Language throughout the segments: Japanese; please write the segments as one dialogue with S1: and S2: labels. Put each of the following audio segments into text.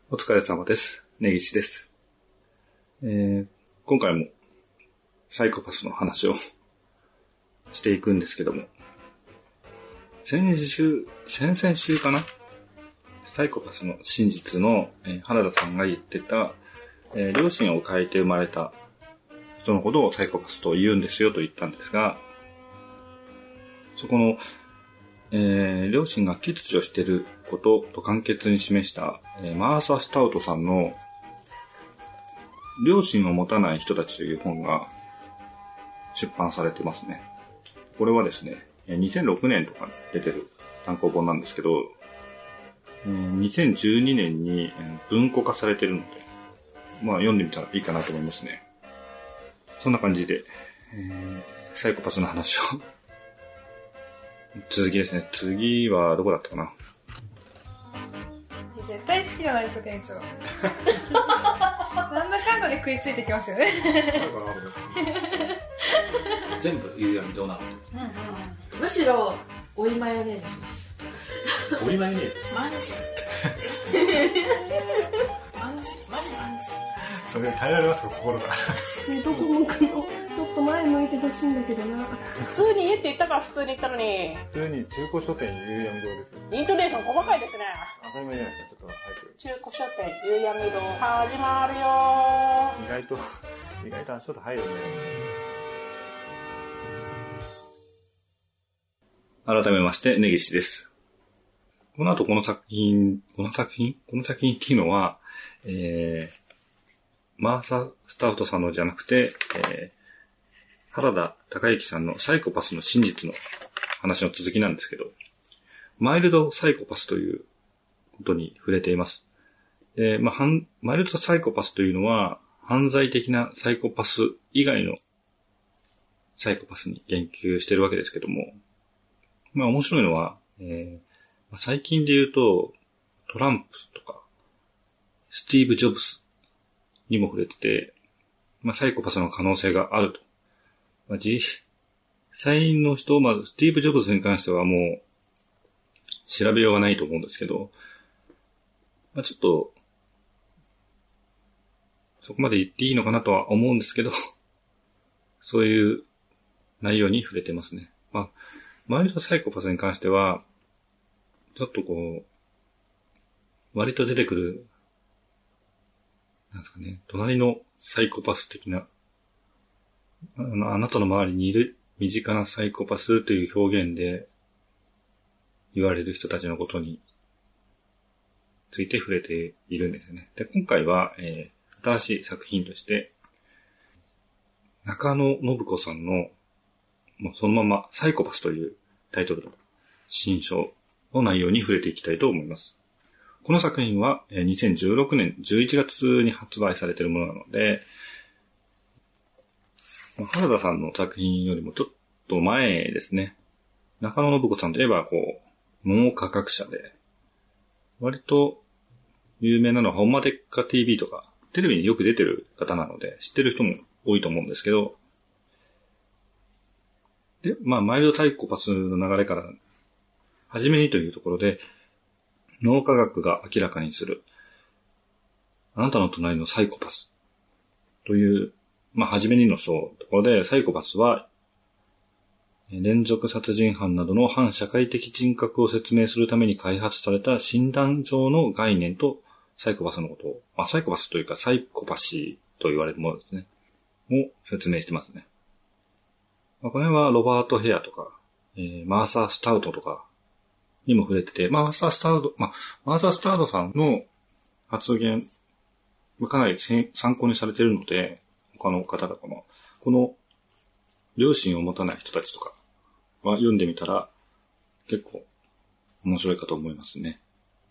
S1: お疲れ様です。根岸です。今回もサイコパスの話をしていくんですけども、先々週かな、サイコパスの真実の、原田さんが言ってた、両親を変えて生まれた人のことをサイコパスと言うんですよと言ったんですが、そこの、両親が欠如していることと簡潔に示した、マーサ・スタウトさんの両親を持たない人たちという本が出版されてますね。これはですね、2006年とかに出てる単行本なんですけど、2012年に文庫化されてるので、読んでみたらいいかなと思いますね。そんな感じで、サイコパスの話を続きですね。次はどこだったかな。
S2: 絶対好きじゃないですか、店長。なんだかんだで食いついてきますよね。
S1: 全部言うようにどうなる
S3: の、むしろ追いマヨネーズします。
S1: 追いマヨネーズ
S2: マンジマジ
S1: それ耐えられますか、心が。
S4: どこ向くの？ちょっと前向いてほしいんだけどな。
S5: 普通に家って言ったから普通に言ったのに。
S1: 普通に中古書店夕闇堂です。
S5: イントネーション細かいですね。
S1: 当たり前じゃないですか、ちょっと早く。
S5: 中古書店夕闇堂始まるよ
S1: 意外と足音入るね。改めまして根岸です。この後この作品っていうのは、マーサ・スタウトさんのじゃなくて、原田孝之さんのサイコパスの真実の話の続きなんですけど、マイルドサイコパスということに触れています。で、マイルドサイコパスというのは、犯罪的なサイコパス以外のサイコパスに言及しているわけですけども、面白いのは、最近で言うと、トランプとか、スティーブ・ジョブズにも触れてて、サイコパスの可能性があると。実際の人、スティーブ・ジョブズに関してはもう、調べようがないと思うんですけど、ちょっと、そこまで言っていいのかなとは思うんですけど、そういう内容に触れてますね。マイルドサイコパスに関しては、ちょっと割と出てくる、なんですかね、隣のサイコパス的な、あなたの周りにいる身近なサイコパスという表現で言われる人たちのことについて触れているんですよね。で、今回は、新しい作品として、中野信子さんの、そのままサイコパスというタイトルの新書の内容に触れていきたいと思います。この作品は2016年11月に発売されているものなので、原田さんの作品よりもちょっと前ですね。中野信子さんといえば脳科学者で、割と有名なのはホンマテッカ TV とか、テレビによく出てる方なので、知ってる人も多いと思うんですけど、で、マイルドサイコパスの流れから、はじめにというところで、脳科学が明らかにする、あなたの隣のサイコパスという、はじめにの章ところで、サイコパスは、連続殺人犯などの反社会的人格を説明するために開発された診断上の概念と、サイコパスのことを、サイコパスというかサイコパシーと言われるものですね。を説明してますね。これはロバート・ヘアとか、マーサー・スタウトとかにも触れてて、マーサー・スタウトさんの発言、かなり参考にされているので、他の方とかも、この両親を持たない人たちとかは読んでみたら結構面白いかと思いますね。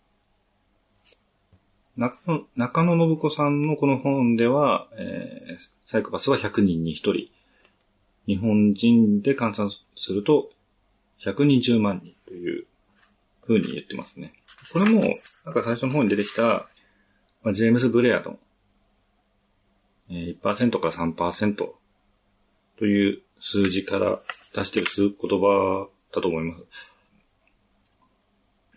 S1: 中野信子さんのこの本では、サイコパスは100人に1人。日本人で換算すると120万人という風に言ってますね。これも、最初の方に出てきた、ジェームズ・ブレアの 1% から 3% という数字から出している言葉だと思います。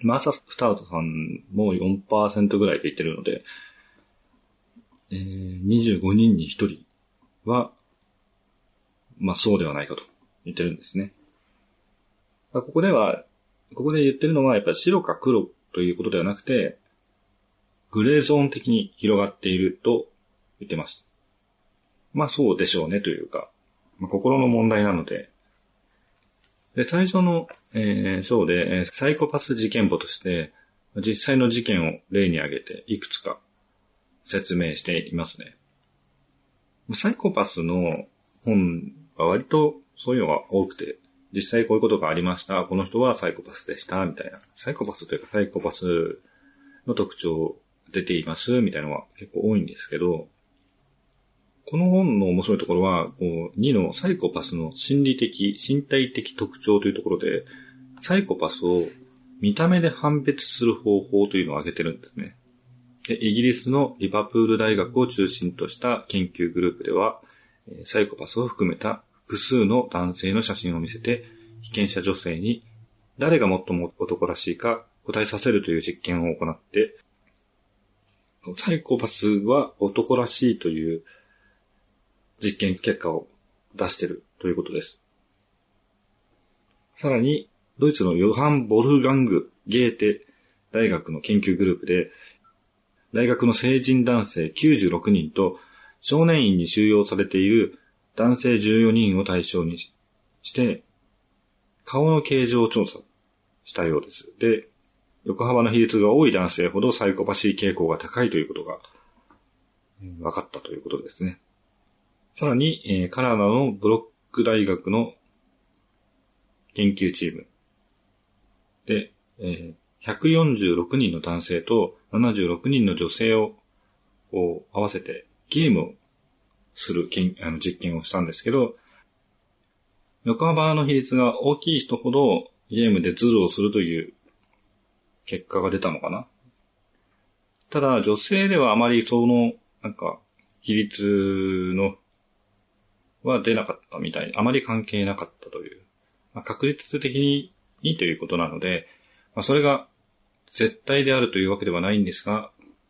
S1: マーサスタートさんも 4% ぐらいで言ってるので、25人に1人は、そうではないかと言ってるんですね。ここで言ってるのは、やっぱり白か黒ということではなくて、グレーゾーン的に広がっていると言ってます。そうでしょうねというか、心の問題なので、最初の、章で、サイコパス事件簿として、実際の事件を例に挙げて、いくつか説明していますね。サイコパスの本は割とそういうのが多くて、実際こういうことがありました。この人はサイコパスでした。みたいな。サイコパスというかサイコパスの特徴出ています。みたいなのが結構多いんですけど、この本の面白いところは、2のサイコパスの心理的、身体的特徴というところで、サイコパスを見た目で判別する方法というのを挙げてるんですね。で、イギリスのリバプール大学を中心とした研究グループでは、サイコパスを含めた複数の男性の写真を見せて、被験者女性に誰が最も男らしいか答えさせるという実験を行って、サイコパスは男らしいという実験結果を出しているということです。さらに、ドイツのヨハン・ボルガング・ゲーテ大学の研究グループで、大学の成人男性96人と少年院に収容されている男性14人を対象にして、顔の形状を調査したようです。で、横幅の比率が多い男性ほどサイコパシー傾向が高いということが分かったということですね。さらに、カナダのブロック大学の研究チームで、146人の男性と76人の女性を合わせてゲームをする実験をしたんですけど、横幅の比率が大きい人ほどゲームでズルをするという結果が出たのかな。ただ女性ではあまり比率のは出なかったみたい、あまり関係なかったという、確率的にということなので、それが絶対であるというわけではないんですが、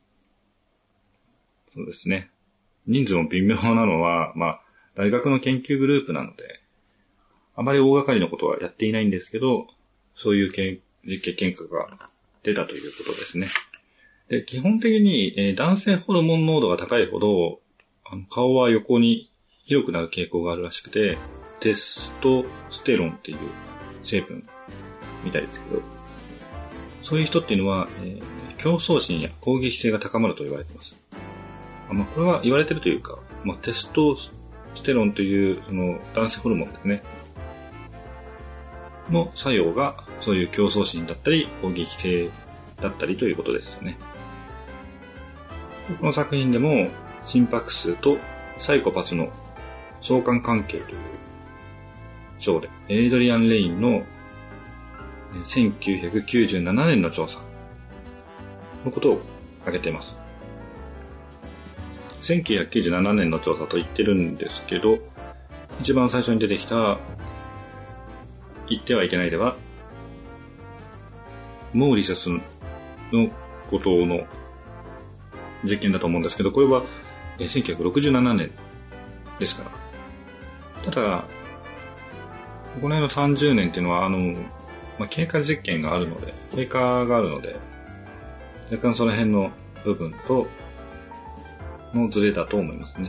S1: そうですね。人数も微妙なのは、大学の研究グループなので、あまり大掛かりなことはやっていないんですけど、そういう実験結果が出たということですね。で、基本的に、男性ホルモン濃度が高いほど、顔は横に広くなる傾向があるらしくて、テストステロンっていう成分みたいですけど、そういう人っていうのは、競争心や攻撃性が高まると言われています。これは言われてるというか、テストステロンというその男性ホルモンですね。の作用がそういう競争心だったり攻撃性だったりということですよね。この作品でも心拍数とサイコパスの相関関係という章でエイドリアン・レインの1997年の調査のことを挙げています。1997年の調査と言ってるんですけど、一番最初に出てきた言ってはいけないでは、モーリシャスのことの実験だと思うんですけど、これは1967年ですから。ただ、この辺の30年っていうのは、経過実験があるので、若干その辺の部分とのズレだと思いますね。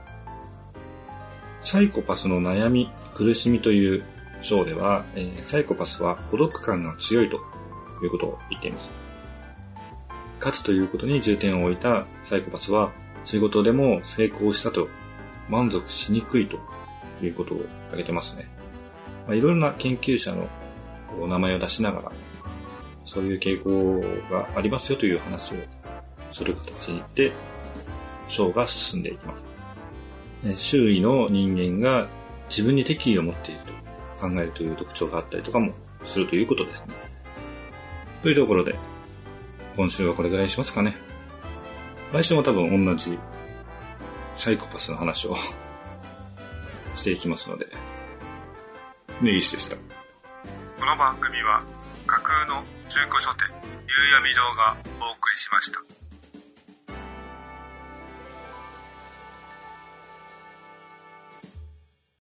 S1: サイコパスの悩み、苦しみという章では、サイコパスは孤独感が強いということを言っています。勝つということに重点を置いたサイコパスは仕事でも成功したと満足しにくいということを挙げてますね。いろいろな研究者の名前を出しながら、そういう傾向がありますよという話をする形で章が進んでいきます。周囲の人間が自分に敵意を持っていると考えるという特徴があったりとかもするということですね。というところで、今週はこれぐらいにしますかね。来週も多分同じサイコパスの話をしていきますので、根岸でした。この番組は架空の中古書店、夕闇堂がお送りしました。